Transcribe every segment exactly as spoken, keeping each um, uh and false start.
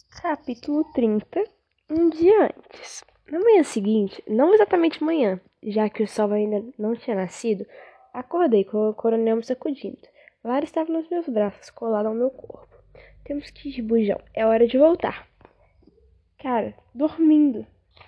Capítulo trinta. Um dia antes. Na manhã seguinte, não exatamente manhã, já que o sol ainda não tinha nascido, acordei com o coronel me sacudindo. Lara estava nos meus braços, colada ao meu corpo. Temos que ir, bujão. É hora de voltar. Cara, dormindo.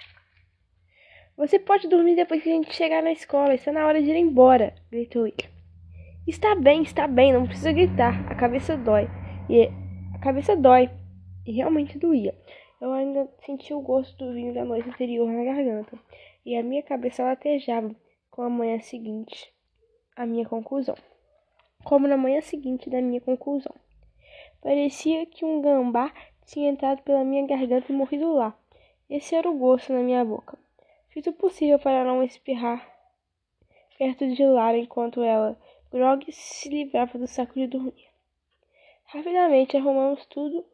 Você pode dormir depois que a gente chegar na escola. Está na hora de ir embora, gritou ele. Está bem, está bem, não precisa gritar. A cabeça dói. E a cabeça dói. E realmente doía. Eu ainda sentia o gosto do vinho da noite anterior na garganta. E a minha cabeça latejava com a manhã seguinte, a minha conclusão. Como na manhã seguinte da minha conclusão. Parecia que um gambá tinha entrado pela minha garganta e morrido lá. Esse era o gosto na minha boca. Fiz o possível para não espirrar perto de Lara enquanto ela, grog, se livrava do saco de dormir. Rapidamente arrumamos tudo.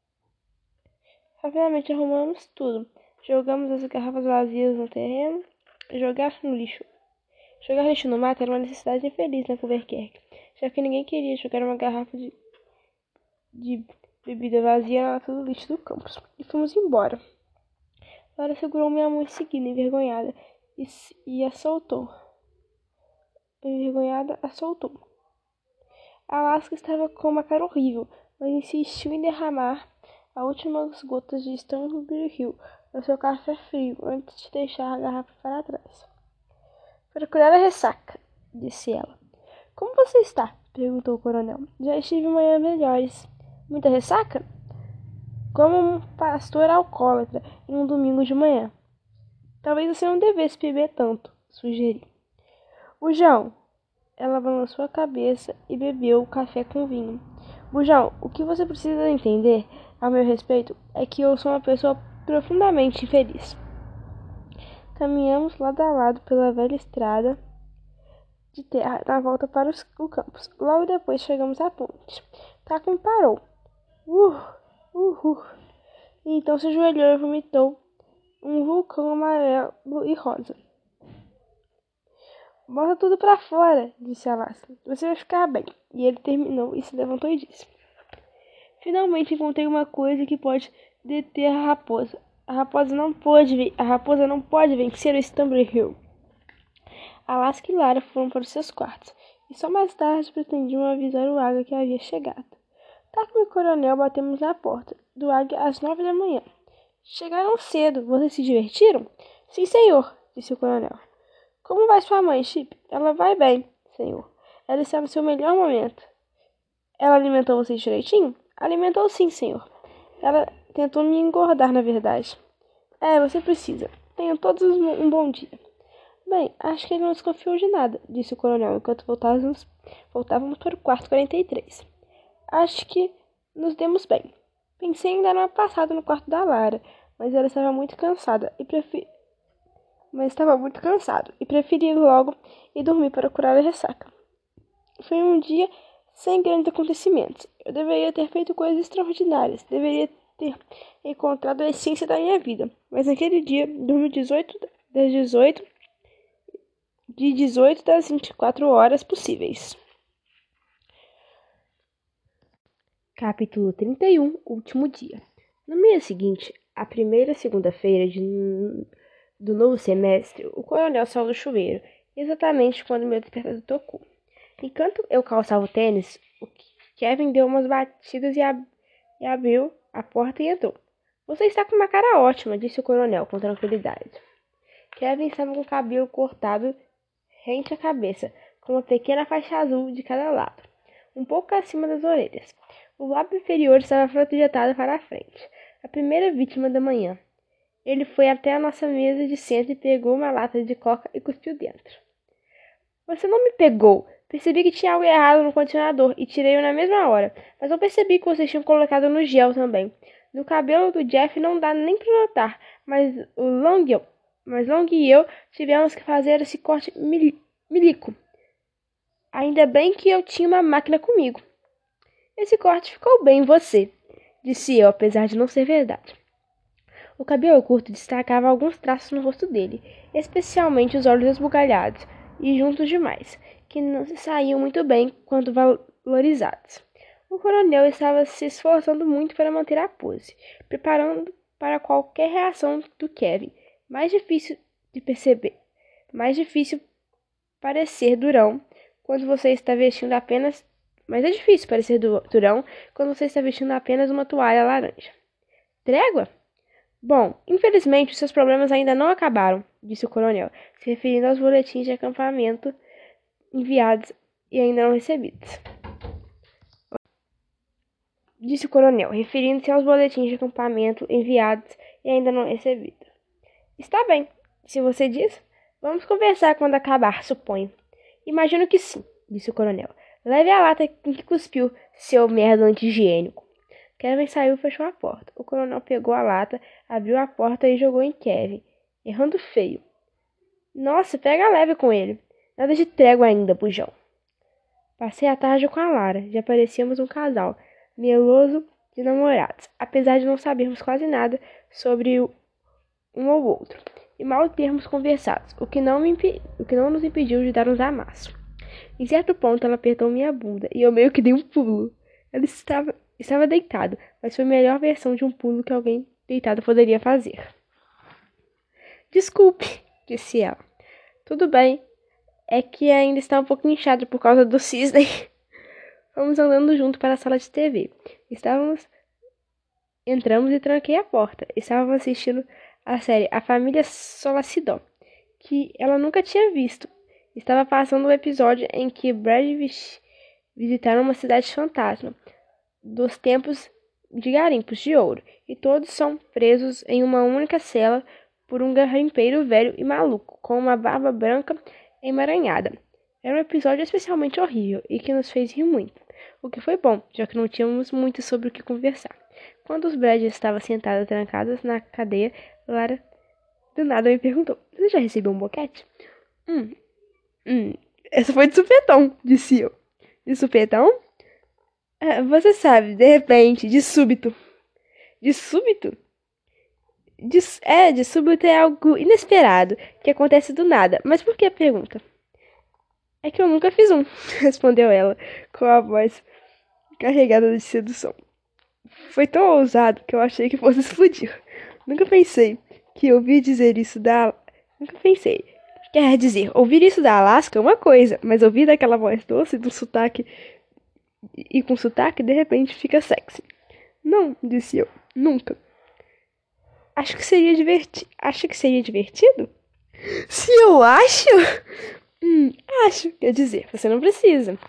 Rapidamente arrumamos tudo. Jogamos as garrafas vazias no terreno. Jogar no lixo. Jogar lixo no mato era uma necessidade infeliz na Albuquerque, já que ninguém queria jogar uma garrafa de, de bebida vazia na lata do lixo do campus. E fomos embora. Lara segurou minha mão em seguida, envergonhada, e, e a soltou. Envergonhada, a soltou. A Alaska estava com uma cara horrível, mas insistiu em derramar as últimas gotas de Stanley Hill no seu café frio antes de deixar a garrafa para trás. Para curar a ressaca, disse ela. Como você está? Perguntou o coronel. Já estive manhã melhores. Muita ressaca? Como um pastor alcoólatra em um domingo de manhã. Talvez você não devesse beber tanto, sugeri. Bujão. Ela balançou a cabeça e bebeu o café com vinho. Bujão, o que você precisa entender a meu respeito é que eu sou uma pessoa profundamente infeliz. Caminhamos lado a lado pela velha estrada de terra na volta para os, o campus. Logo depois chegamos à ponte. Takumi parou. Uh, uh, uh. E então se ajoelhou e vomitou um vulcão amarelo e rosa. Bota tudo pra fora, disse Alaska. Você vai ficar bem. E ele terminou e se levantou e disse. Finalmente encontrei uma coisa que pode deter a raposa. A raposa não pode, a raposa não pode vencer o Stumblr Hill. Alaska e Lara foram para os seus quartos, e só mais tarde pretendiam avisar o Águia que havia chegado. Takumi e o coronel batemos na porta do Águia às nove da manhã. Chegaram cedo. Vocês se divertiram? Sim, senhor, disse o coronel. Como vai sua mãe, Chip? Ela vai bem, senhor. Ela está no seu melhor momento. Ela alimentou vocês direitinho? Alimentou sim, senhor. Ela tentou me engordar, na verdade. É, você precisa. Tenham todos um bom dia. Bem, acho que ele não desconfiou de nada, disse o coronel, enquanto voltávamos, voltávamos para o quarto quarenta e três. Acho que nos demos bem. Pensei em dar uma passada no quarto da Lara, mas ela estava muito cansada e preferi... mas estava muito cansado e preferi logo ir dormir para curar a ressaca. Foi um dia sem grandes acontecimentos. Eu deveria ter feito coisas extraordinárias, deveria ter encontrado a essência da minha vida, mas naquele dia dormi dezoito das dezoito de dezoito das vinte e quatro horas possíveis. Capítulo trinta e um. Último dia. No mês seguinte, a primeira segunda-feira de... do novo semestre, o coronel saiu do chuveiro, exatamente quando meu despertador tocou. Enquanto eu calçava o tênis, o Kevin deu umas batidas e, ab... e abriu a porta e entrou. Você está com uma cara ótima, disse o coronel com tranquilidade. Kevin estava com o cabelo cortado rente à cabeça, com uma pequena faixa azul de cada lado, um pouco acima das orelhas. O lábio inferior estava projetado para a frente. A primeira vítima da manhã. Ele foi até a nossa mesa de centro e pegou uma lata de coca e cuspiu dentro. Você não me pegou. Percebi que tinha algo errado no condicionador e tirei-o na mesma hora, mas eu percebi que vocês tinham colocado no gel também. No cabelo do Jeff não dá nem para notar, mas o Long, mas Long e eu tivemos que fazer esse corte milico. Ainda bem que eu tinha uma máquina comigo. Esse corte ficou bem em você, disse eu, apesar de não ser verdade. O cabelo curto destacava alguns traços no rosto dele, especialmente os olhos esbugalhados e juntos demais, que não se saíam muito bem quando valorizados. O coronel estava se esforçando muito para manter a pose, preparando para qualquer reação do Kevin. Mais difícil de perceber, mais difícil parecer durão quando você está vestindo apenas. Mas é difícil parecer du- durão quando você está vestindo apenas uma toalha laranja. Trégua? Bom, infelizmente os seus problemas ainda não acabaram, disse o coronel, se referindo aos boletins de acampamento enviados e ainda não recebidos. Disse o coronel, referindo-se aos boletins de acampamento enviados e ainda não recebidos. Está bem, se você diz. Vamos conversar quando acabar, suponho. Imagino que sim, disse o coronel. Leve a lata em que cuspiu, seu merda anti-higiênico. Kevin saiu e fechou a porta. O coronel pegou a lata, abriu a porta e jogou em Kevin, errando feio. Nossa, pega leve com ele. Nada de trégua ainda, bujão. Passei a tarde com a Lara. Já parecíamos um casal, meloso de namorados, apesar de não sabermos quase nada sobre o um ou outro, e mal termos conversado, o que não, me impi... o que não nos impediu de dar uns amassos. Em certo ponto, ela apertou minha bunda, e eu meio que dei um pulo. Ela estava, estava deitado, mas foi a melhor versão de um pulo que alguém deitado poderia fazer. Desculpe, disse ela. Tudo bem, é que ainda está um pouco inchado por causa do cisne. Fomos andando junto para a sala de T V. Estávamos... Entramos e tranquei a porta. Estávamos assistindo a série A Família Solacidó, que ela nunca tinha visto. Estava passando o um episódio em que Brad visitaram uma cidade fantasma dos tempos de garimpos de ouro, e todos são presos em uma única cela por um garimpeiro velho e maluco, com uma barba branca emaranhada. Era um episódio especialmente horrível e que nos fez rir muito, o que foi bom, já que não tínhamos muito sobre o que conversar. Quando os Brad estavam sentados trancados na cadeia, Lara do nada me perguntou: Você já recebeu um boquete? Hum, hum, essa foi de supetão, disse eu. De supetão? Ah, você sabe, de repente, de súbito. De súbito? De, é, de súbito é algo inesperado, que acontece do nada. Mas por que a pergunta? É que eu nunca fiz um, respondeu ela, com a voz carregada de sedução. Foi tão ousado que eu achei que fosse explodir. Nunca pensei que ouvir dizer isso da... Nunca pensei. Quer dizer, ouvir isso da Alaska é uma coisa, mas ouvir daquela voz doce, do sotaque... E com sotaque, de repente, fica sexy. Não, disse eu. Nunca. Acho que seria divertido. Acho que seria divertido? Se eu acho? Hum, acho. Quer dizer, você não precisa.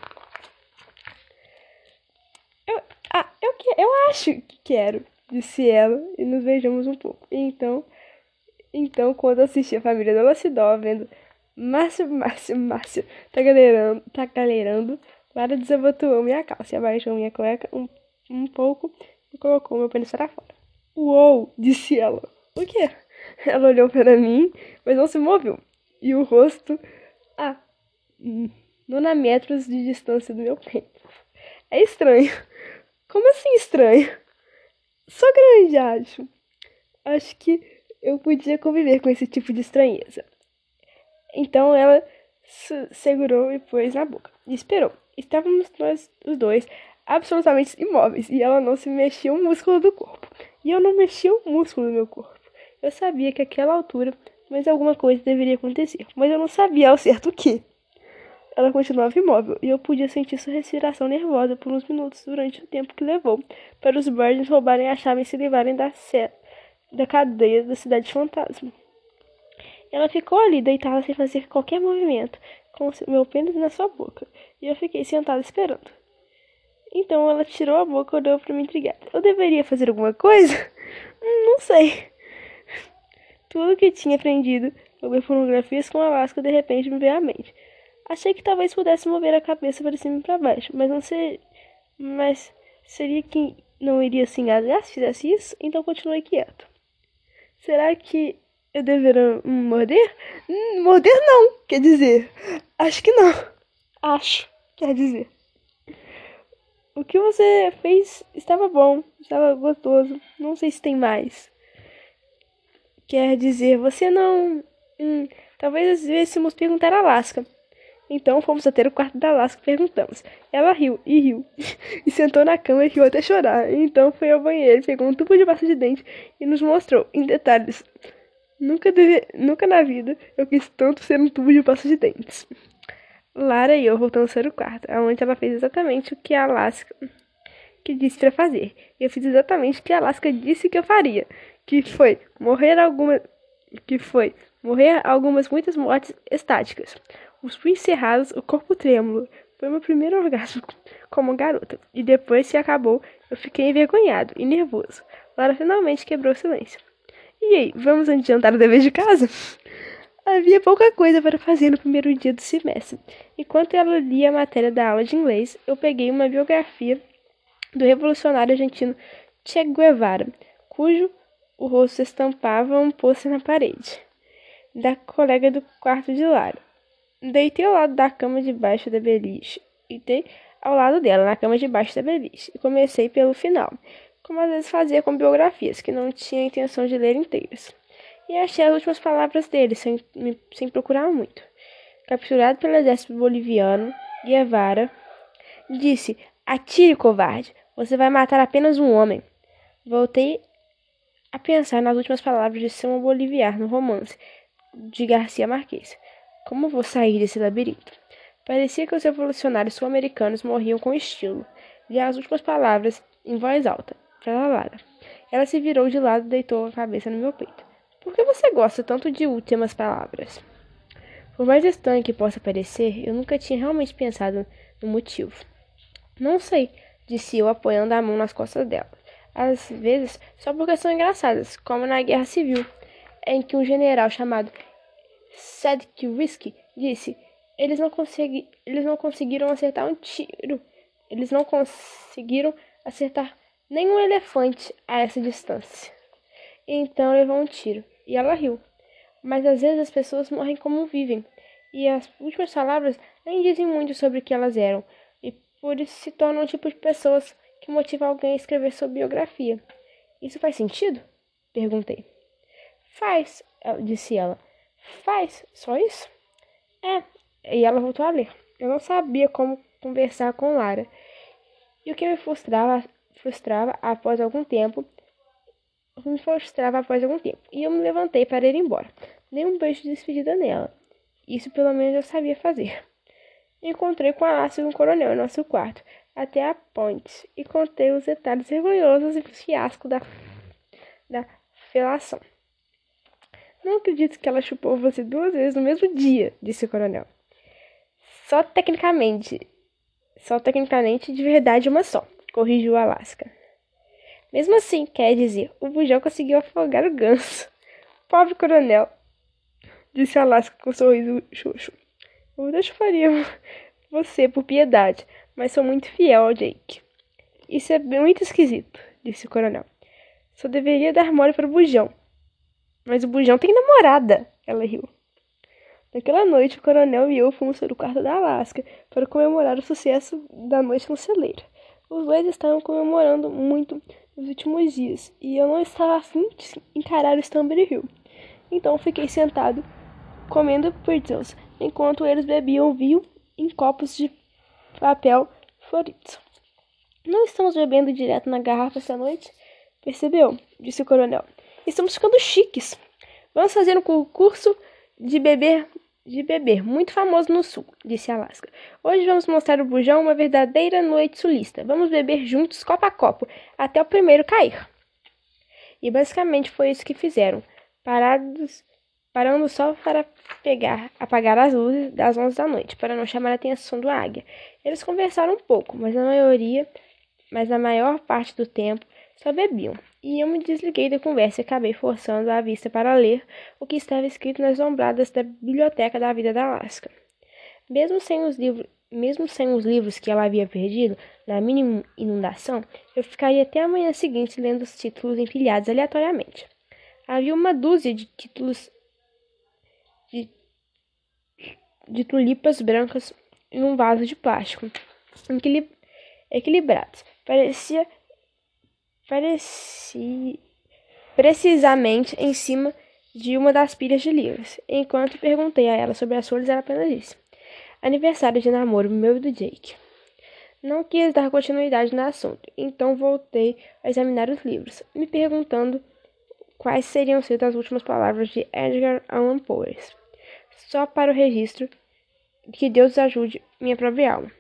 Eu, ah, eu, que, eu acho que quero, disse ela, e nos beijamos um pouco. E então, então, quando assisti a família da Lacidó, vendo Márcio, Márcio, Márcio, tá galerando, tá galerando, Lara desabotoou minha calça e abaixou minha cueca um, um pouco e colocou meu pênis para fora. Uou, disse ela. O quê? Ela olhou para mim, mas não se moveu. E o rosto a nona metros de distância do meu pênis. É estranho. Como assim estranho? Sou grande, acho. Acho que eu podia conviver com esse tipo de estranheza. Então ela se segurou e pôs na boca. E esperou. Estávamos nós os dois absolutamente imóveis e ela não se mexia um músculo do corpo. E eu não mexia um músculo do meu corpo. Eu sabia que àquela altura, mas alguma coisa deveria acontecer, mas eu não sabia ao certo o que. Ela continuava imóvel e eu podia sentir sua respiração nervosa por uns minutos durante o tempo que levou para os Burns roubarem a chave e se livrarem da, da cadeia da cidade fantasma. Ela ficou ali, deitada sem fazer qualquer movimento, com o meu pênis na sua boca, e eu fiquei sentada esperando. Então ela tirou a boca e olhou para mim intrigada. Eu deveria fazer alguma coisa? Hum, não sei. Tudo que tinha aprendido sobre pornografias com Alaska de repente me veio à mente. Achei que talvez pudesse mover a cabeça para cima e para baixo, mas não sei. Mas seria que não iria se engasgar se fizesse isso? Então continuei quieto. Será que eu deveria hum, morder? Hum, morder não, quer dizer. Acho que não. Acho, quer dizer. O que você fez estava bom, estava gostoso. Não sei se tem mais. Quer dizer, você não. Hum, talvez devêssemos perguntar a Alaska. Então fomos até o quarto da Alaska e perguntamos. Ela riu e riu. E sentou na cama e riu até chorar. Então foi ao banheiro, pegou um tubo de pasta de dente e nos mostrou, em detalhes. Nunca, deve... Nunca na vida eu quis tanto ser um tubo de pasta de dentes. Lara e eu voltamos para o quarto, onde ela fez exatamente o que a Alaska que disse para fazer. Eu fiz exatamente o que a Alaska disse que eu faria, que foi morrer alguma, que foi morrer algumas muitas mortes estáticas. Os punhos cerrados, o corpo trêmulo. Foi meu primeiro orgasmo como garota. E depois que acabou, eu fiquei envergonhado e nervoso. Lara finalmente quebrou o silêncio. E aí, vamos adiantar o dever de casa? Havia pouca coisa para fazer no primeiro dia do semestre. Enquanto ela lia a matéria da aula de inglês, eu peguei uma biografia do revolucionário argentino Che Guevara, cujo o rosto estampava um pôster na parede, da colega do quarto de Lara. Deitei ao lado da cama debaixo da beliche. Deitei ao lado dela, na cama debaixo da beliche, e comecei pelo final, como às vezes fazia com biografias, que não tinha intenção de ler inteiras. E achei as últimas palavras dele, sem, sem procurar muito. Capturado pelo exército boliviano, Guevara disse: atire, covarde, você vai matar apenas um homem. Voltei a pensar nas últimas palavras de Simão Bolivar no romance de Garcia Marquez. Como vou sair desse labirinto? Parecia que os revolucionários sul-americanos morriam com estilo. Li as últimas palavras em voz alta para Lara. Ela se virou de lado e deitou a cabeça no meu peito. Por que você gosta tanto de últimas palavras? Por mais estranho que possa parecer, eu nunca tinha realmente pensado no motivo. Não sei, disse eu, apoiando a mão nas costas dela. Às vezes, só porque são engraçadas, como na Guerra Civil, em que um general chamado Cedric Risky disse: eles não, consegui, eles não conseguiram acertar um tiro. Eles não conseguiram acertar nenhum elefante a essa distância. E então levou um tiro. E ela riu. Mas às vezes as pessoas morrem como vivem. E as últimas palavras nem dizem muito sobre o que elas eram. E por isso se tornam um tipo de pessoas que motiva alguém a escrever sua biografia. Isso faz sentido? Perguntei. Faz, disse ela. Faz? Só isso? É. E ela voltou a ler. Eu não sabia como conversar com Lara. E o que me frustrava, frustrava após algum tempo, me frustrava após algum tempo. E eu me levantei para ir embora. Dei um beijo de despedida nela. Isso pelo menos eu sabia fazer. Encontrei com a Lácia e um coronel em nosso quarto, até a ponte, e contei os detalhes vergonhosos e fiasco da, da felação. Não acredito que ela chupou você duas vezes no mesmo dia, disse o coronel. Só tecnicamente, só tecnicamente de verdade uma só, corrigiu a Alaska. Mesmo assim, quer dizer, o bujão conseguiu afogar o ganso. Pobre coronel, disse a Alaska com um sorriso xoxo. Eu deixaria você por piedade, mas sou muito fiel ao Jake. Isso é muito esquisito, disse o coronel. Só deveria dar mole para o bujão. Mas o bujão tem namorada, ela riu. Naquela noite, o coronel e eu fomos para o quarto da Alaska para comemorar o sucesso da noite no celeiro. Os dois estavam comemorando muito nos últimos dias, e eu não estava afim de encarar o Stambury Hill. Então fiquei sentado, comendo pretzels, enquanto eles bebiam vinho em copos de papel floridos. Não estamos bebendo direto na garrafa essa noite? Percebeu? Disse o coronel. Estamos ficando chiques. Vamos fazer um concurso de beber, de beber muito famoso no sul, disse Alaska. Hoje vamos mostrar ao bujão uma verdadeira noite sulista. Vamos beber juntos, copo a copo, até o primeiro cair. E basicamente foi isso que fizeram, parados, parando só para pegar, apagar as luzes das onze da noite, para não chamar a atenção do águia. Eles conversaram um pouco, mas na maioria, mas na maior parte do tempo, só bebiam. E eu me desliguei da conversa e acabei forçando a vista para ler o que estava escrito nas lombradas da biblioteca da vida da Alaska. Mesmo sem os livros, mesmo sem os livros que ela havia perdido, na mínima inundação, eu ficaria até a manhã seguinte lendo os títulos empilhados aleatoriamente. Havia uma dúzia de títulos de, de tulipas brancas em um vaso de plástico, equilib, equilibrados. Parecia Parecia precisamente em cima de uma das pilhas de livros. Enquanto perguntei a ela sobre as folhas, ela apenas disse: Aniversário de namoro meu e do Jake. Não quis dar continuidade no assunto, então voltei a examinar os livros, me perguntando quais seriam sido as últimas palavras de Edgar Allan Poe. Só para o registro, que Deus ajude minha própria alma.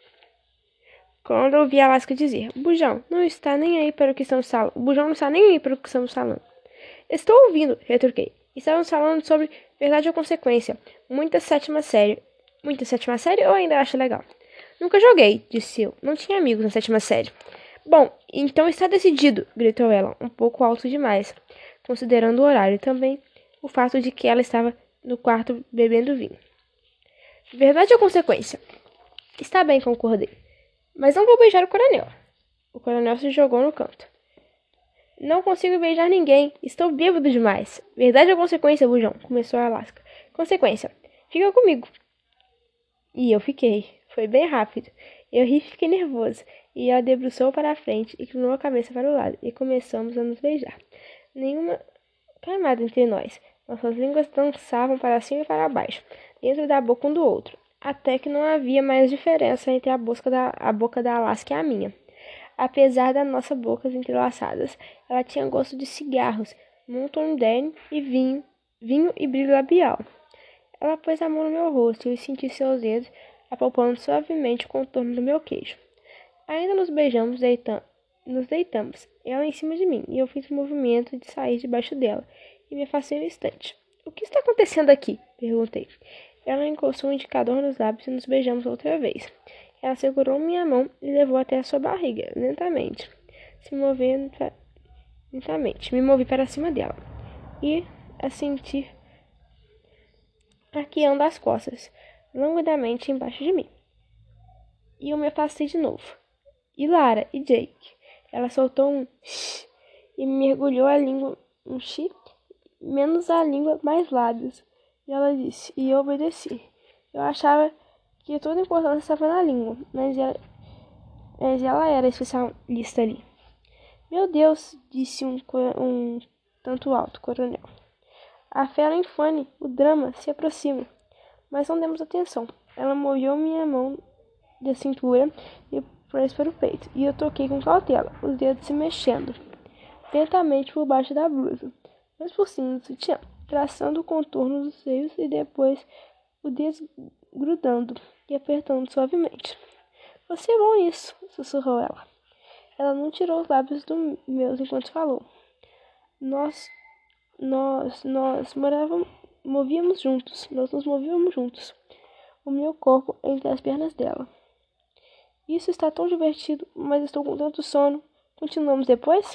Quando ouvi Alaska dizer, Bujão, não está nem aí para o que estamos falando. Bujão não está nem aí para o que estamos falando. Estou ouvindo, retruquei. Estávamos falando sobre verdade ou consequência. Muita sétima série. Muita sétima série eu ainda acho legal. Nunca joguei, disse eu. Não tinha amigos na sétima série. Bom, então está decidido, gritou ela, um pouco alto demais, considerando o horário e também o fato de que ela estava no quarto bebendo vinho. Verdade ou consequência? Está bem, concordei. Mas não vou beijar o coronel. O coronel se jogou no canto. Não consigo beijar ninguém. Estou bêbado demais. Verdade ou consequência, Bujão? Começou a Alaska. Consequência. Fica comigo. E eu fiquei. Foi bem rápido. Eu ri e fiquei nervoso. E ela debruçou para a frente, inclinou a cabeça para o lado e começamos a nos beijar. Nenhuma camada entre nós. Nossas línguas dançavam para cima e para baixo, dentro da boca um do outro, até que não havia mais diferença entre a boca da, a boca da Alaska e a minha. Apesar das nossas bocas entrelaçadas, ela tinha gosto de cigarros, Mountain e vinho, vinho e brilho labial. Ela pôs a mão no meu rosto e eu senti seus dedos apalpando suavemente o contorno do meu queijo. Ainda nos beijamos, deitam, nos deitamos, ela em cima de mim, e eu fiz o movimento de sair debaixo dela, e me afastei um instante. O que está acontecendo aqui? Perguntei. Ela encostou um indicador nos lábios e nos beijamos outra vez. Ela segurou minha mão e levou até a sua barriga, lentamente, se movendo pra... lentamente. Me movi para cima dela e a sentir arqueando as costas, languidamente embaixo de mim. E eu me afastei de novo. E Lara, e Jake? Ela soltou um shh e me mergulhou a língua, um shh, menos a língua, mais lábios. E ela disse, e eu obedeci. Eu achava que toda a importância estava na língua, mas ela, mas ela era especialista ali. Meu Deus, disse um, um tanto alto, coronel. A fera infame, o drama, se aproxima. Mas não demos atenção. Ela moveu minha mão da cintura e pôs para o peito, e eu toquei com cautela, os dedos se mexendo lentamente por baixo da blusa, mas por cima do sutiã, traçando o contorno dos seios e depois o desgrudando e apertando suavemente. Você é bom nisso, sussurrou ela. Ela não tirou os lábios dos meus enquanto falou. Nós, nós, nós morávamos, movíamos juntos, nós nos movíamos juntos. O meu corpo entre as pernas dela. Isso está tão divertido, mas estou com tanto sono. Continuamos depois?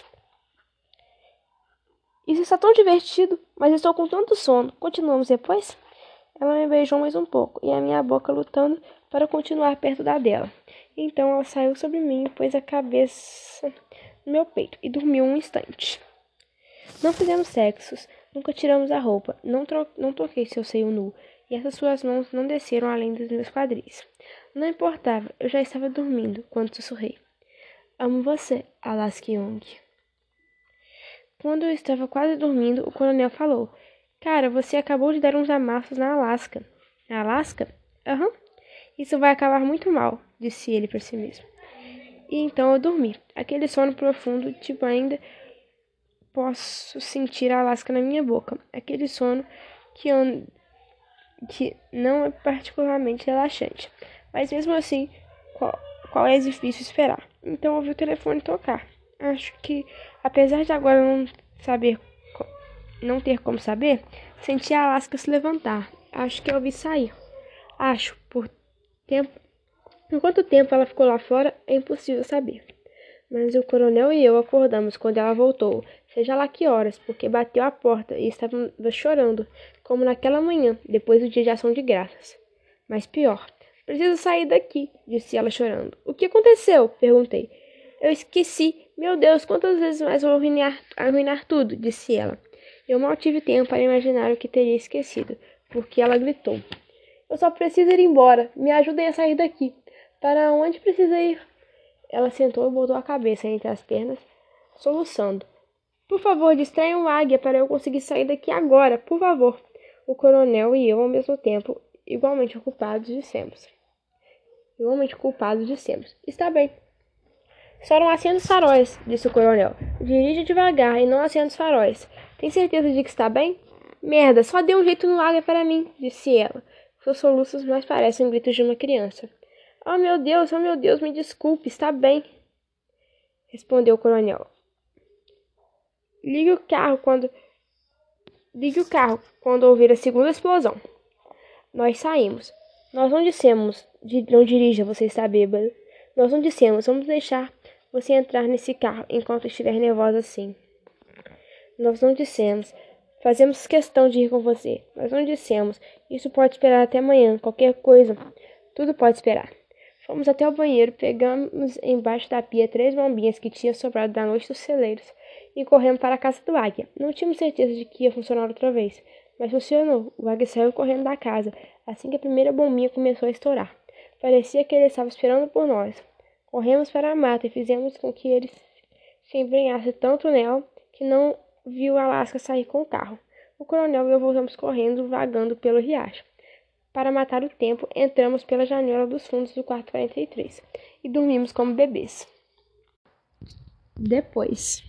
Isso está tão divertido, mas estou com tanto sono. Continuamos depois? Ela me beijou mais um pouco, e a minha boca lutando para continuar perto da dela. Então ela saiu sobre mim e pôs a cabeça no meu peito e dormiu um instante. Não fizemos sexos, nunca tiramos a roupa, não, não toquei seu seio nu, e essas suas mãos não desceram além dos meus quadris. Não importava, eu já estava dormindo quando sussurrei. Amo você, Alaska Young. Quando eu estava quase dormindo, o coronel falou. Cara, você acabou de dar uns amassos na Alaska. Na Alaska? Aham. Uhum. Isso vai acabar muito mal, disse ele para si mesmo. E então eu dormi. Aquele sono profundo, tipo ainda posso sentir a Alaska na minha boca. Aquele sono que, eu, que não é particularmente relaxante. Mas mesmo assim, qual, qual é difícil esperar. Então ouvi o telefone tocar. Acho que, apesar de agora não saber, não ter como saber, senti a Alaska se levantar. Acho que eu ouvi sair. Acho, por tempo. Por quanto tempo ela ficou lá fora, é impossível saber. Mas o coronel e eu acordamos quando ela voltou, seja lá que horas, porque bateu à porta e estava chorando, como naquela manhã, depois do dia de ação de graças. Mas pior, preciso sair daqui, disse ela chorando. O que aconteceu? Perguntei. Eu esqueci. Meu Deus, quantas vezes mais vou arruinar, arruinar tudo, disse ela. Eu mal tive tempo para imaginar o que teria esquecido, porque ela gritou. Eu só preciso ir embora. Me ajudem a sair daqui. Para onde precisa ir? Ela sentou e botou a cabeça entre as pernas, soluçando. Por favor, distraiam a águia para eu conseguir sair daqui agora, por favor. O coronel e eu, ao mesmo tempo, igualmente ocupados, dissemos. Igualmente culpados, dissemos. Está bem. Só não acenda os faróis, disse o coronel. Dirija devagar e não acenda os faróis. Tem certeza de que está bem? Merda, só dê um jeito no águia para mim, disse ela. Seus soluços mais parecem gritos de uma criança. Oh, meu Deus, oh, meu Deus, me desculpe, está bem, respondeu o coronel. Ligue o carro quando... Ligue o carro quando ouvir a segunda explosão. Nós saímos. Nós não dissemos, não dirija, você está bêbado. Nós não dissemos, vamos deixar você entrar nesse carro enquanto estiver nervosa assim. Nós não dissemos, fazemos questão de ir com você. Nós não dissemos, isso pode esperar até amanhã, qualquer coisa, tudo pode esperar. Fomos até o banheiro, pegamos embaixo da pia três bombinhas que tinha sobrado da noite dos celeiros e corremos para a casa do águia. Não tínhamos certeza de que ia funcionar outra vez, mas funcionou. O águia saiu correndo da casa assim que a primeira bombinha começou a estourar. Parecia que ele estava esperando por nós. Corremos para a mata e fizemos com que ele se embrenhasse tanto nela que não viu Alaska sair com o carro. O coronel e eu voltamos correndo, vagando pelo riacho. Para matar o tempo, entramos pela janela dos fundos do quarto quarenta e três e dormimos como bebês. Depois.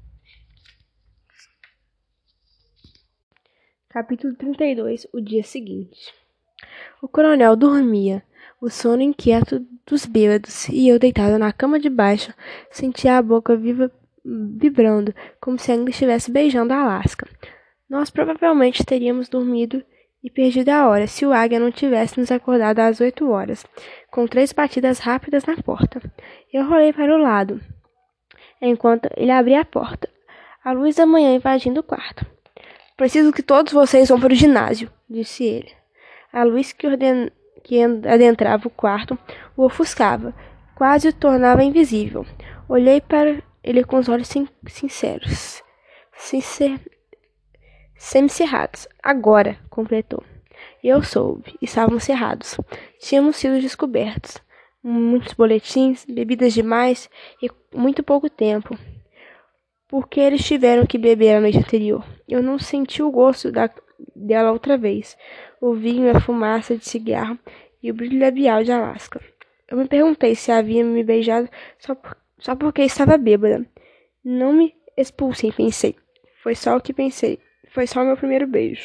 Capítulo trinta e dois. O dia seguinte. O coronel dormia, o sono inquieto dos bêbados, e eu, deitado na cama de baixo, sentia a boca viva vibrando, como se ainda estivesse beijando a Alaska. Nós provavelmente teríamos dormido e perdido a hora se o águia não tivesse nos acordado às oito horas, com três batidas rápidas na porta. Eu rolei para o lado, enquanto ele abria a porta, a luz da manhã invadindo o quarto. Preciso que todos vocês vão para o ginásio, disse ele. A luz que, orden... que adentrava o quarto o ofuscava, quase o tornava invisível. Olhei para ele com os olhos sin... sinceros, sincer... semicerrados. Agora, completou. Eu soube. Estávamos cerrados. Tínhamos sido descobertos. Muitos boletins, bebidas demais e muito pouco tempo. Por que eles tiveram que beber a noite anterior? Eu não senti o gosto da... dela outra vez. O vinho, a fumaça de cigarro e o brilho labial de Alaska. Eu me perguntei se havia me beijado só, por... só porque estava bêbada. Não me expulsem, pensei. Foi só o que pensei. Foi só o meu primeiro beijo.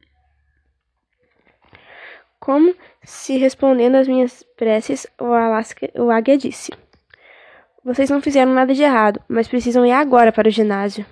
Como se respondendo às minhas preces, o, Alaska, o águia disse: Vocês não fizeram nada de errado, mas precisam ir agora para o ginásio.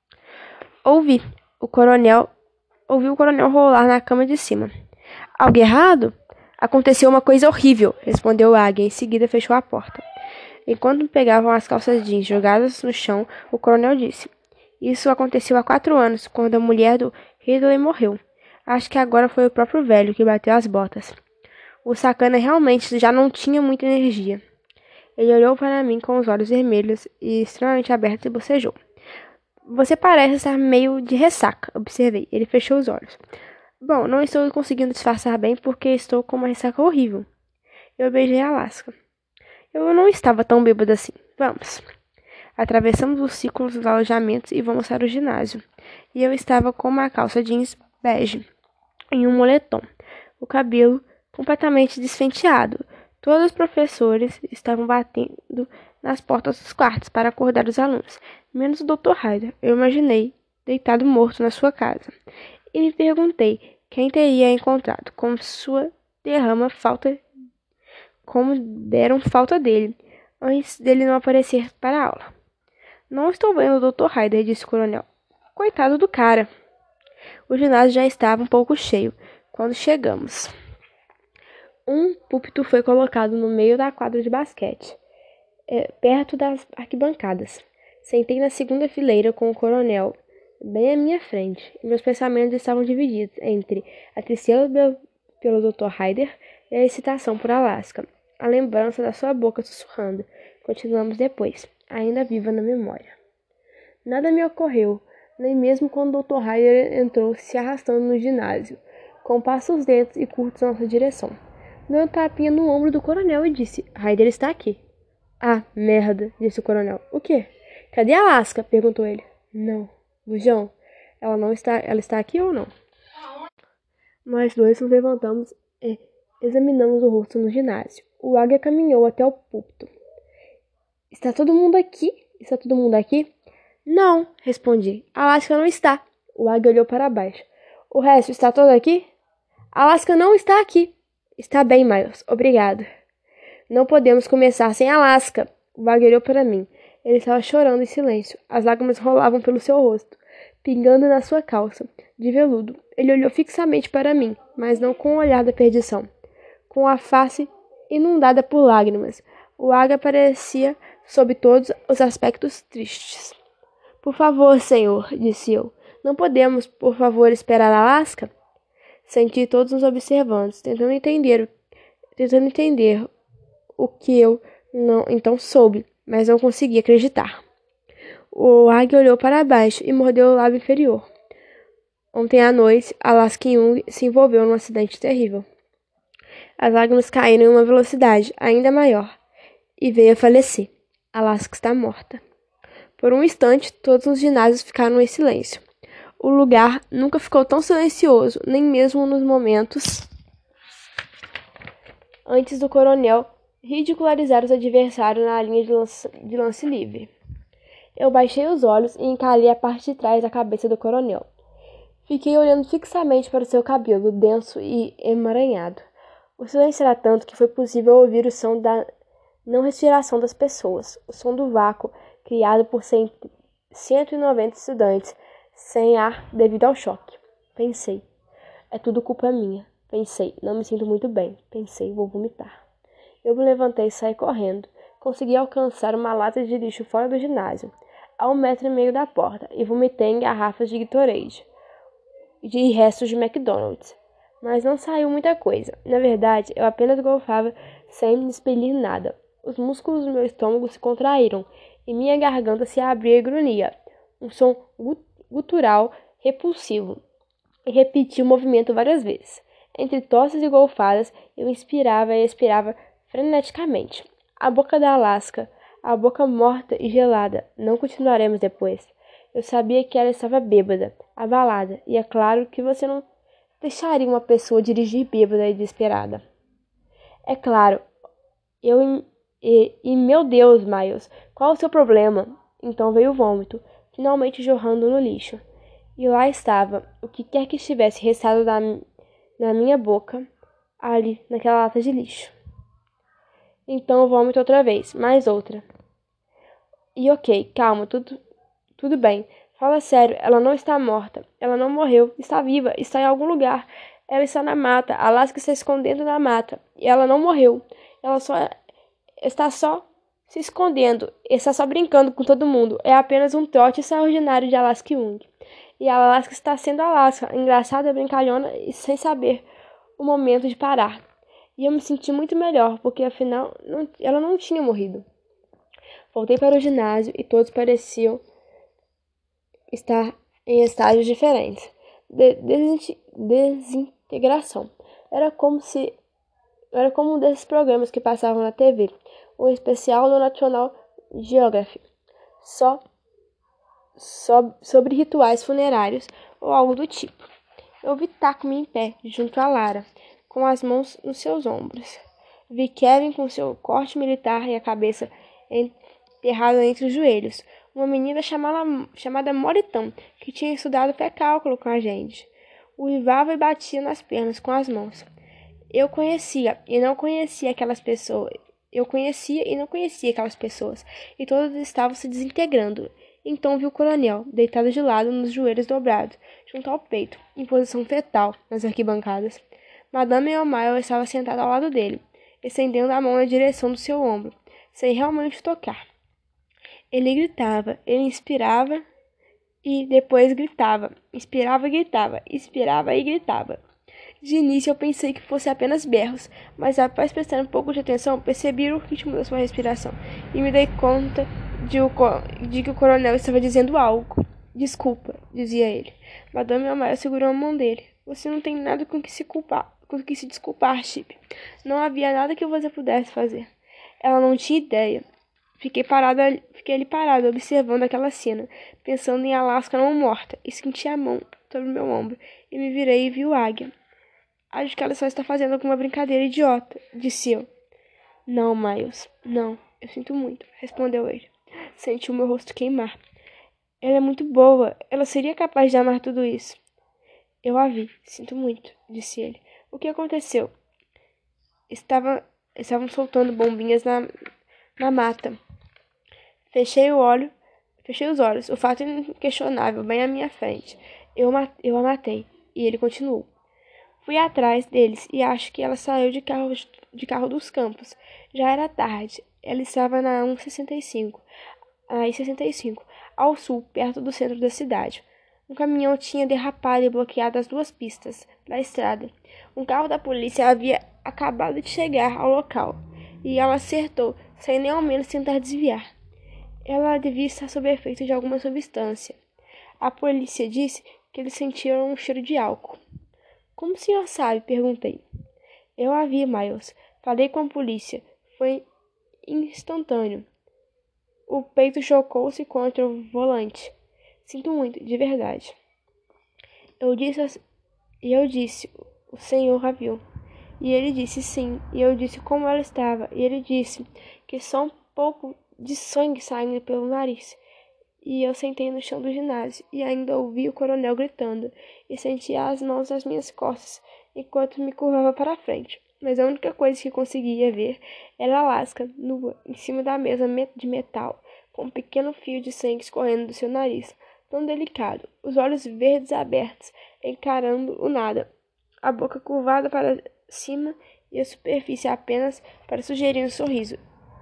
Ouvi o coronel, ouvi o coronel rolar na cama de cima. Algo errado? Aconteceu uma coisa horrível, respondeu o águia. Em seguida fechou a porta. Enquanto pegavam as calças jeans jogadas no chão, o coronel disse: Isso aconteceu há quatro anos, quando a mulher do Ridley morreu. Acho que agora foi o próprio velho que bateu as botas. O sacana realmente já não tinha muita energia. Ele olhou para mim com os olhos vermelhos e extremamente abertos e bocejou. Você parece estar meio de ressaca, observei. Ele fechou os olhos. Bom, não estou conseguindo disfarçar bem porque estou com uma ressaca horrível. Eu beijei a Alaska. Eu não estava tão bêbada assim. Vamos. Atravessamos os círculos dos alojamentos e vamos para o ginásio. E eu estava com uma calça jeans bege e um moletom, o cabelo completamente despenteado. Todos os professores estavam batendo nas portas dos quartos para acordar os alunos, menos o doutor Ryder. Eu imaginei, deitado morto na sua casa, e me perguntei quem teria encontrado, como sua derrama falta, como deram falta dele, antes dele não aparecer para a aula. Não estou vendo o doutor Ryder, disse o coronel. Coitado do cara. O ginásio já estava um pouco cheio quando chegamos. Um púlpito foi colocado no meio da quadra de basquete, é, perto das arquibancadas. Sentei na segunda fileira com o coronel, bem à minha frente, e meus pensamentos estavam divididos entre a tristeza pelo doutor Ryder e a excitação por Alaska, a lembrança da sua boca sussurrando. Continuamos depois, ainda viva na memória. Nada me ocorreu, nem mesmo quando o doutor Ryder entrou se arrastando no ginásio, com passos lentos e curtos na nossa direção. Deu um tapinha no ombro do coronel e disse: Ryder está aqui. Ah, merda, disse o coronel. O quê? Cadê a Alaska? Perguntou ele. Não. Bujão, ela não está. Ela está aqui ou não? Nós dois nos levantamos e examinamos o rosto no ginásio. O águia caminhou até o púlpito. Está todo mundo aqui? Está todo mundo aqui? Não, respondi. Alaska não está. O águia olhou para baixo. O resto está todo aqui? Alaska não está aqui. Está bem, Miles. Obrigado. Não podemos começar sem Alaska. O águia olhou para mim. Ele estava chorando em silêncio. As lágrimas rolavam pelo seu rosto, pingando na sua calça de veludo. Ele olhou fixamente para mim, mas não com o olhar da perdição. Com a face inundada por lágrimas, o águia parecia, sob todos os aspectos, tristes. Por favor, senhor, disse eu. Não podemos, por favor, esperar Alaska? Senti todos nos observando, tentando entender, tentando entender o que eu não então soube, mas não conseguia acreditar. O águia olhou para baixo e mordeu o lábio inferior. Ontem à noite, Alaska Young se envolveu num acidente terrível. As lágrimas caíram em uma velocidade ainda maior e veio a falecer. Alaska está morta. Por um instante, todos os ginásios ficaram em silêncio. O lugar nunca ficou tão silencioso, nem mesmo nos momentos antes do coronel ridicularizar os adversários na linha de lance, de lance livre. Eu baixei os olhos e encarei a parte de trás da cabeça do coronel. Fiquei olhando fixamente para o seu cabelo, denso e emaranhado. O silêncio era tanto que foi possível ouvir o som da não respiração das pessoas, o som do vácuo criado por cento e noventa estudantes sem ar devido ao choque. Pensei, é tudo culpa minha. Pensei, não me sinto muito bem. Pensei, vou vomitar. Eu me levantei e saí correndo. Consegui alcançar uma lata de lixo fora do ginásio, a um metro e meio da porta, e vomitei em garrafas de Gatorade de restos de McDonald's. Mas não saiu muita coisa. Na verdade, eu apenas golfava sem expelir nada. Os músculos do meu estômago se contraíram e minha garganta se abriu e grunhia. Um som gutural repulsivo. E repeti o movimento várias vezes. Entre tosses e golfadas, eu inspirava e expirava freneticamente. A boca da Alaska, a boca morta e gelada. Não continuaremos depois. Eu sabia que ela estava bêbada, abalada, e é claro que você não deixaria uma pessoa dirigir bêbada e desesperada. É claro. Eu e, e meu Deus, Miles, qual o seu problema? Então veio o vômito, finalmente jorrando no lixo. E lá estava, o que quer que estivesse restado na, na minha boca, ali, naquela lata de lixo. Então o vômito outra vez, mais outra. E ok, calma, tudo, tudo bem. Fala sério, ela não está morta. Ela não morreu, está viva, está em algum lugar. Ela está na mata, Alaska está escondendo na mata. E ela não morreu. Ela só está só se escondendo, está só brincando com todo mundo. É apenas um trote extraordinário de Alaska Young. E a Alaska está sendo Alaska, engraçada, brincalhona e sem saber o momento de parar. E eu me senti muito melhor, porque afinal não, ela não tinha morrido. Voltei para o ginásio e todos pareciam estar em estágios diferentes de desintegração. Era como se era como um desses programas que passavam na T V, o especial do National Geographic, só, só sobre rituais funerários ou algo do tipo. Eu vi Takumi em pé, junto a Lara, com as mãos nos seus ombros. Vi Kevin com seu corte militar e a cabeça enterrada entre os joelhos. Uma menina chamada, chamada Moritão, que tinha estudado pré-cálculo com a gente. Uivava e batia nas pernas com as mãos. Eu conhecia e não conhecia aquelas pessoas. Eu conhecia e não conhecia aquelas pessoas. E todas estavam se desintegrando. Então vi o coronel, deitado de lado, nos joelhos dobrados, junto ao peito, em posição fetal, nas arquibancadas. Madame O'Malley estava sentada ao lado dele, estendendo a mão na direção do seu ombro, sem realmente tocar. Ele gritava, ele inspirava e depois gritava, inspirava e gritava, inspirava e gritava. De início eu pensei que fosse apenas berros, mas após prestar um pouco de atenção, percebi o ritmo da sua respiração e me dei conta de, o, de que o coronel estava dizendo algo. Desculpa, dizia ele. Madame O'Malley segurou a mão dele. Você não tem nada com que se culpar, com que se desculpar, Chip. Não havia nada que você pudesse fazer. Ela não tinha ideia. Fiquei parada, fiquei ali parada, observando aquela cena, pensando em Alaska não morta, e senti a mão sobre o meu ombro, e me virei e vi o águia. Acho que ela só está fazendo alguma brincadeira idiota, disse eu. Não, Miles, não. Eu sinto muito, respondeu ele. Senti o meu rosto queimar. Ela é muito boa. Ela seria capaz de amar tudo isso. Eu a vi. Sinto muito, disse ele. O que aconteceu? Estava, estavam soltando bombinhas na, na mata. Fechei o olho, fechei os olhos. O fato inquestionável, bem à minha frente. Eu, eu a matei. E ele continuou. Fui atrás deles e acho que ela saiu de carro, de carro dos campos. Já era tarde. Ela estava na cento e sessenta e cinco. A I sessenta e cinco, ao sul, perto do centro da cidade. Um caminhão tinha derrapado e bloqueado as duas pistas da estrada. Um carro da polícia havia acabado de chegar ao local e ela acertou, sem nem ao menos tentar desviar. Ela devia estar sob efeito de alguma substância. A polícia disse que eles sentiram um cheiro de álcool. Como o senhor sabe? Perguntei. Eu a vi, Miles. Falei com a polícia. Foi instantâneo. O peito chocou-se contra o volante. Sinto muito, de verdade. Eu disse, e eu disse, o senhor a viu. E ele disse sim, e eu disse como ela estava, e ele disse que só um pouco de sangue saindo pelo nariz. E eu sentei no chão do ginásio, e ainda ouvi o coronel gritando, e sentia as mãos nas minhas costas, enquanto me curvava para a frente. Mas a única coisa que conseguia ver era Alaska, nua, em cima da mesa de metal, com um pequeno fio de sangue escorrendo do seu nariz, tão delicado, os olhos verdes abertos, encarando o nada, a boca curvada para cima e a superfície apenas para sugerir um sorriso.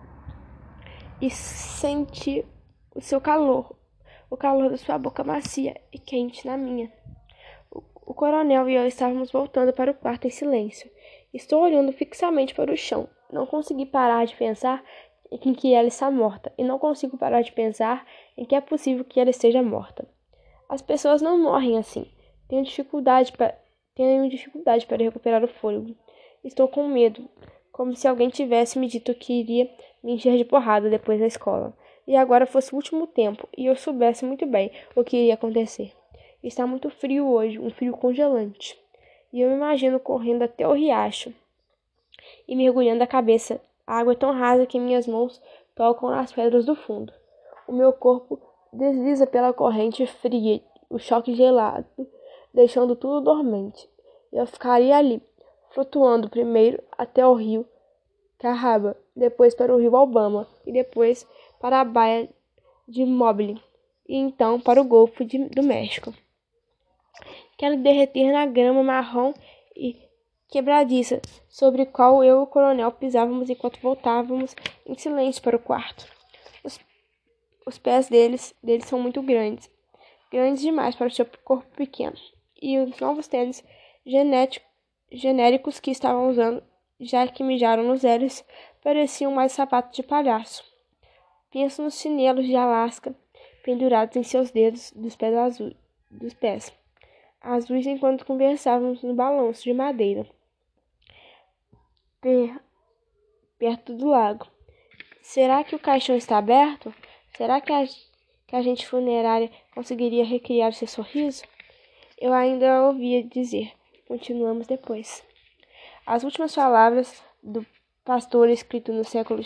E senti o seu calor, o calor da sua boca macia e quente na minha. O, o coronel e eu estávamos voltando para o quarto em silêncio. Estou olhando fixamente para o chão. Não consegui parar de pensar em que ela está morta, e não consigo parar de pensar em que é possível que ela esteja morta. As pessoas não morrem assim. Tenho dificuldade para, tenho dificuldade para recuperar o fôlego. Estou com medo, como se alguém tivesse me dito que iria me encher de porrada depois da escola, e agora fosse o último tempo, e eu soubesse muito bem o que iria acontecer. Está muito frio hoje, um frio congelante, e eu me imagino correndo até o riacho e mergulhando a cabeça. A água é tão rasa que minhas mãos tocam nas pedras do fundo. O meu corpo desliza pela corrente fria, o choque gelado, deixando tudo dormente. Eu ficaria ali, flutuando primeiro até o rio Carraba, depois para o rio Alabama e depois para a baía de Mobile e então para o Golfo de, do México. Quero derreter na grama marrom e quebradiça, sobre a qual eu e o coronel pisávamos enquanto voltávamos em silêncio para o quarto. Os, os pés deles, deles são muito grandes, grandes demais para o seu corpo pequeno, e os novos tênis genéticos, genéricos que estavam usando, já que mijaram nos velhos, pareciam mais sapatos de palhaço. Penso nos chinelos de Alaska pendurados em seus dedos dos pés azuis, dos pés azuis enquanto conversávamos no balanço de madeira per, perto do lago. Será que o caixão está aberto? Será que a, que a agente funerária conseguiria recriar seu sorriso? Eu ainda ouvia dizer. Continuamos depois. As últimas palavras do pastor escrito no século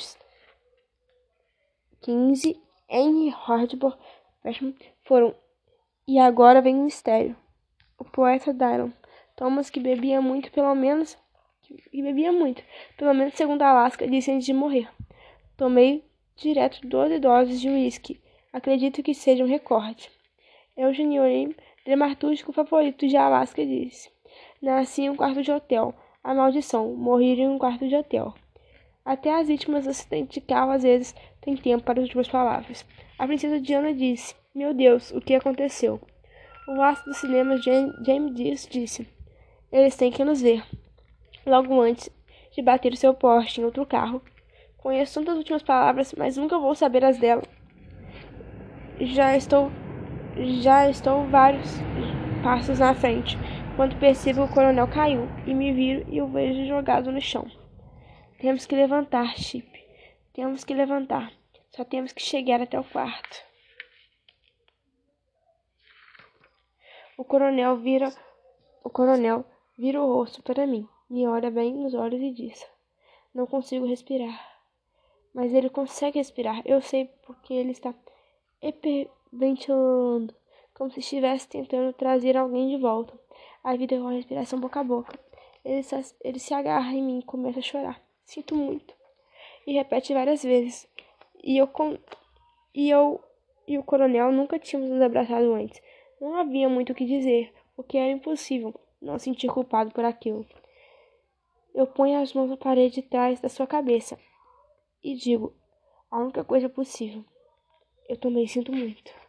quinze, Henry Hardball, foram: e agora vem o mistério. O poeta Dylan Thomas, que bebia muito, pelo menos, que bebia muito, pelo menos segundo Alaska, disse antes de morrer. Tomei direto doze doses de uísque. Acredito que seja um recorde. É o geniorim dramatúrgico favorito de Alaska, disse. Nasci em um quarto de hotel. A maldição, morrer em um quarto de hotel. Até as vítimas do acidente de carro às vezes têm tempo para as últimas palavras. A princesa Diana disse: Meu Deus, o que aconteceu? O astro do cinema James Dean disse: Eles têm que nos ver. Logo antes de bater o seu poste em outro carro. Conheço tantas últimas palavras, mas nunca vou saber as dela. Já estou, já estou vários passos na frente, quando percebo que o coronel caiu, e me viro e o vejo jogado no chão. Temos que levantar, Chip. Temos que levantar. Só temos que chegar até o quarto. O coronel vira, o coronel Vira o rosto para mim, me olha bem nos olhos e diz: Não consigo respirar. Mas ele consegue respirar. Eu sei porque ele está hiperventilando, como se estivesse tentando trazer alguém de volta. A vida com a respiração boca a boca. Ele, se- ele se agarra em mim e começa a chorar. Sinto muito. E repete várias vezes. E eu, com... e eu e o coronel nunca tínhamos nos abraçado antes. Não havia muito o que dizer, porque era impossível não sentir culpado por aquilo. Eu ponho as mãos na parede de trás da sua cabeça e digo a única coisa possível. Eu também sinto muito.